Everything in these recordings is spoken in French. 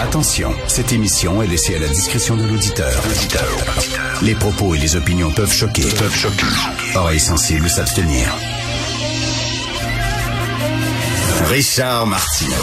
Attention, cette émission est laissée à la discrétion de l'auditeur. Les propos et les opinions peuvent choquer. Oreilles sensibles s'abstenir. Richard Martineau.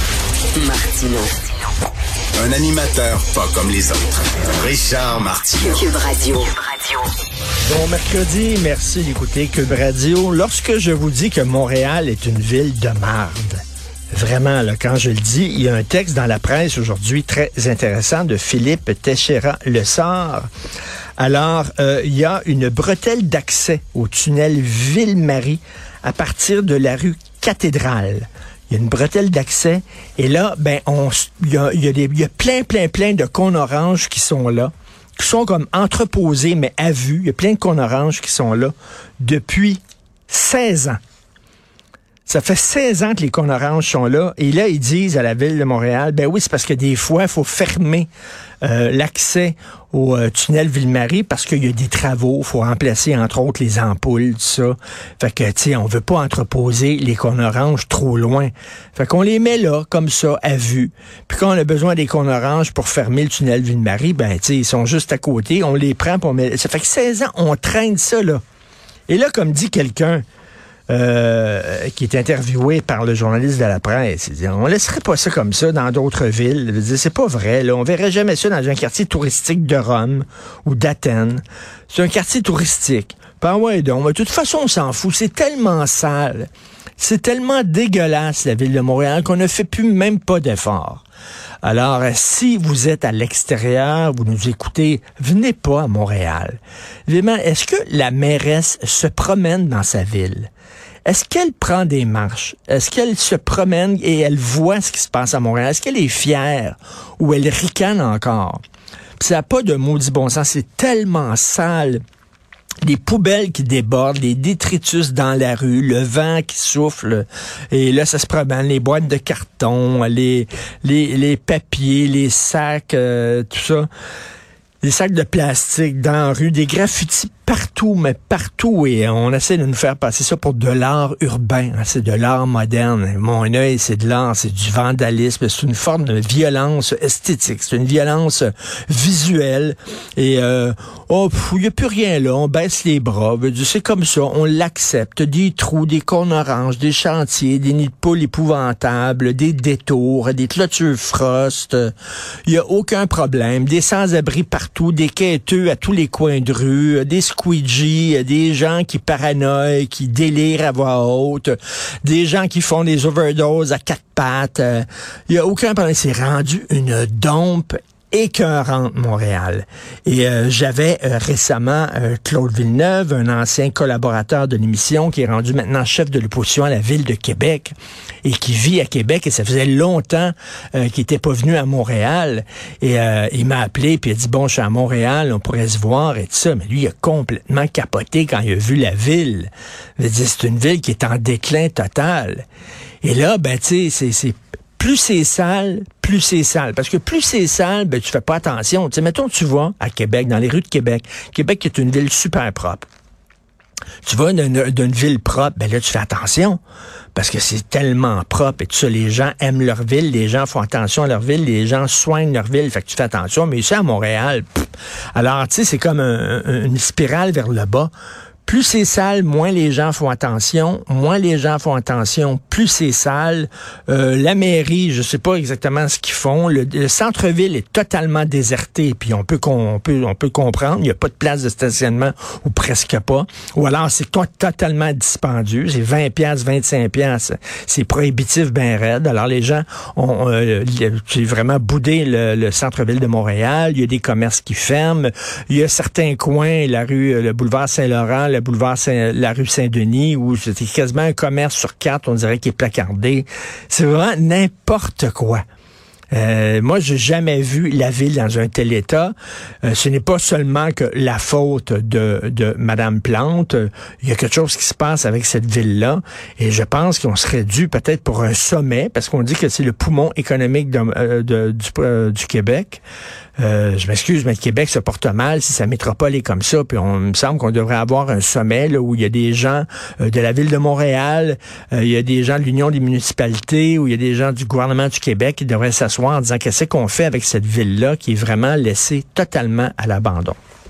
Un animateur pas comme les autres. Richard Martineau. Cube Radio. Bon mercredi, merci d'écouter Cube Radio. Lorsque je vous dis que Montréal est une ville de marde, vraiment, là, quand je le dis, il y a un texte dans la presse aujourd'hui très intéressant de Philippe Téchera-Lessard. Alors, il y a une bretelle d'accès au tunnel Ville-Marie à partir de la rue Cathédrale. Il y a une bretelle d'accès et là, il y a plein de cônes oranges qui sont là, qui sont comme entreposés, mais à vue. Il y a plein de cônes oranges qui sont là depuis 16 ans. Ça fait 16 ans que les cônes oranges sont là. Et là, ils disent à la Ville de Montréal, ben oui, c'est parce que des fois, il faut fermer l'accès au tunnel Ville-Marie parce qu'il y a des travaux. Il faut remplacer, entre autres, les ampoules, tout ça. Fait que, tu sais, on veut pas entreposer les cônes oranges trop loin. Fait qu'on les met là, comme ça, à vue. Puis quand on a besoin des cônes oranges pour fermer le tunnel Ville-Marie, ben, tu sais, ils sont juste à côté. On les prend pour mettre... Ça fait que 16 ans, on traîne ça, là. Et là, comme dit quelqu'un, qui est interviewé par le journaliste de la presse. Il dit, on laisserait pas ça comme ça dans d'autres villes. Il dit, c'est pas vrai, là. On verrait jamais ça dans un quartier touristique de Rome ou d'Athènes. C'est un quartier touristique. Ben ouais, donc, de toute façon, on s'en fout. C'est tellement sale. C'est tellement dégueulasse, la ville de Montréal, qu'on ne fait plus même pas d'efforts. Alors, si vous êtes à l'extérieur, vous nous écoutez, venez pas à Montréal. Vraiment, est-ce que la mairesse se promène dans sa ville? Est-ce qu'elle prend des marches? Est-ce qu'elle se promène et elle voit ce qui se passe à Montréal? Est-ce qu'elle est fière ou elle ricane encore? Puis ça n'a pas de maudit bon sens. C'est tellement sale. Les poubelles qui débordent, les détritus dans la rue, le vent qui souffle, et là, ça se promène, les boîtes de carton, les papiers, les sacs, tout ça. Des sacs de plastique dans la rue, des graffitis partout, mais partout. Et on essaie de nous faire passer ça pour de l'art urbain. Hein, c'est de l'art moderne. Mon œil, c'est de l'art, c'est du vandalisme. C'est une forme de violence esthétique. C'est une violence visuelle. Et il n'y a plus rien là. On baisse les bras. C'est comme ça. On l'accepte. Des trous, des cônes oranges, des chantiers, des nids de poules épouvantables, des détours, des clôtures frost. Il n'y a aucun problème. Des sans-abri partout, des quêteux à tous les coins de rue, des squeegees, des gens qui paranoïent, qui délirent à voix haute, des gens qui font des overdoses à quatre pattes. Il n'y a aucun problème. C'est rendu une dompe écœurante, Montréal. Et j'avais récemment Claude Villeneuve, un ancien collaborateur de l'émission qui est rendu maintenant chef de l'opposition à la ville de Québec et qui vit à Québec et ça faisait longtemps qu'il était pas venu à Montréal. Et il m'a appelé puis il a dit, bon, je suis à Montréal, on pourrait se voir et tout ça. Mais lui, il a complètement capoté quand il a vu la ville. Il a dit, c'est une ville qui est en déclin total. Et là, ben, tu sais, c'est plus c'est sale, plus c'est sale. Parce que plus c'est sale, ben, tu fais pas attention. Tu sais, mettons, tu vas à Québec, dans les rues de Québec. Québec est une ville super propre. Tu vas d'une ville propre, ben là, tu fais attention. Parce que c'est tellement propre et tout ça. Les gens aiment leur ville, les gens font attention à leur ville, les gens soignent leur ville. Fait que tu fais attention. Mais ici, à Montréal, alors, tu sais, c'est comme une spirale vers le bas. Plus c'est sale, moins les gens font attention. Moins les gens font attention, plus c'est sale. La mairie, je sais pas exactement ce qu'ils font. Le centre-ville est totalement déserté. Puis on peut comprendre. Il n'y a pas de place de stationnement ou presque pas. Ou alors c'est totalement dispendieux. C'est 20 piastres, 25 piastres. C'est prohibitif ben raide. Alors les gens ont vraiment boudé le centre-ville de Montréal. Il y a des commerces qui ferment. Il y a certains coins, le boulevard Saint-Laurent, la rue Saint-Denis, où c'était quasiment un commerce sur 4, on dirait qu'il est placardé. C'est vraiment n'importe quoi. Moi, j'ai jamais vu la ville dans un tel état. Ce n'est pas seulement que la faute de Madame Plante. Il y a quelque chose qui se passe avec cette ville-là. Et je pense qu'on serait dû peut-être pour un sommet, parce qu'on dit que c'est le poumon économique du Québec. Je m'excuse, mais le Québec se porte mal si sa métropole est comme ça. Puis il me semble qu'on devrait avoir un sommet là, où il y a des gens de la ville de Montréal, il y a des gens de l'Union des municipalités, où il y a des gens du gouvernement du Québec qui devraient s'asseoir soir en disant qu'est-ce qu'on fait avec cette ville-là qui est vraiment laissée totalement à l'abandon.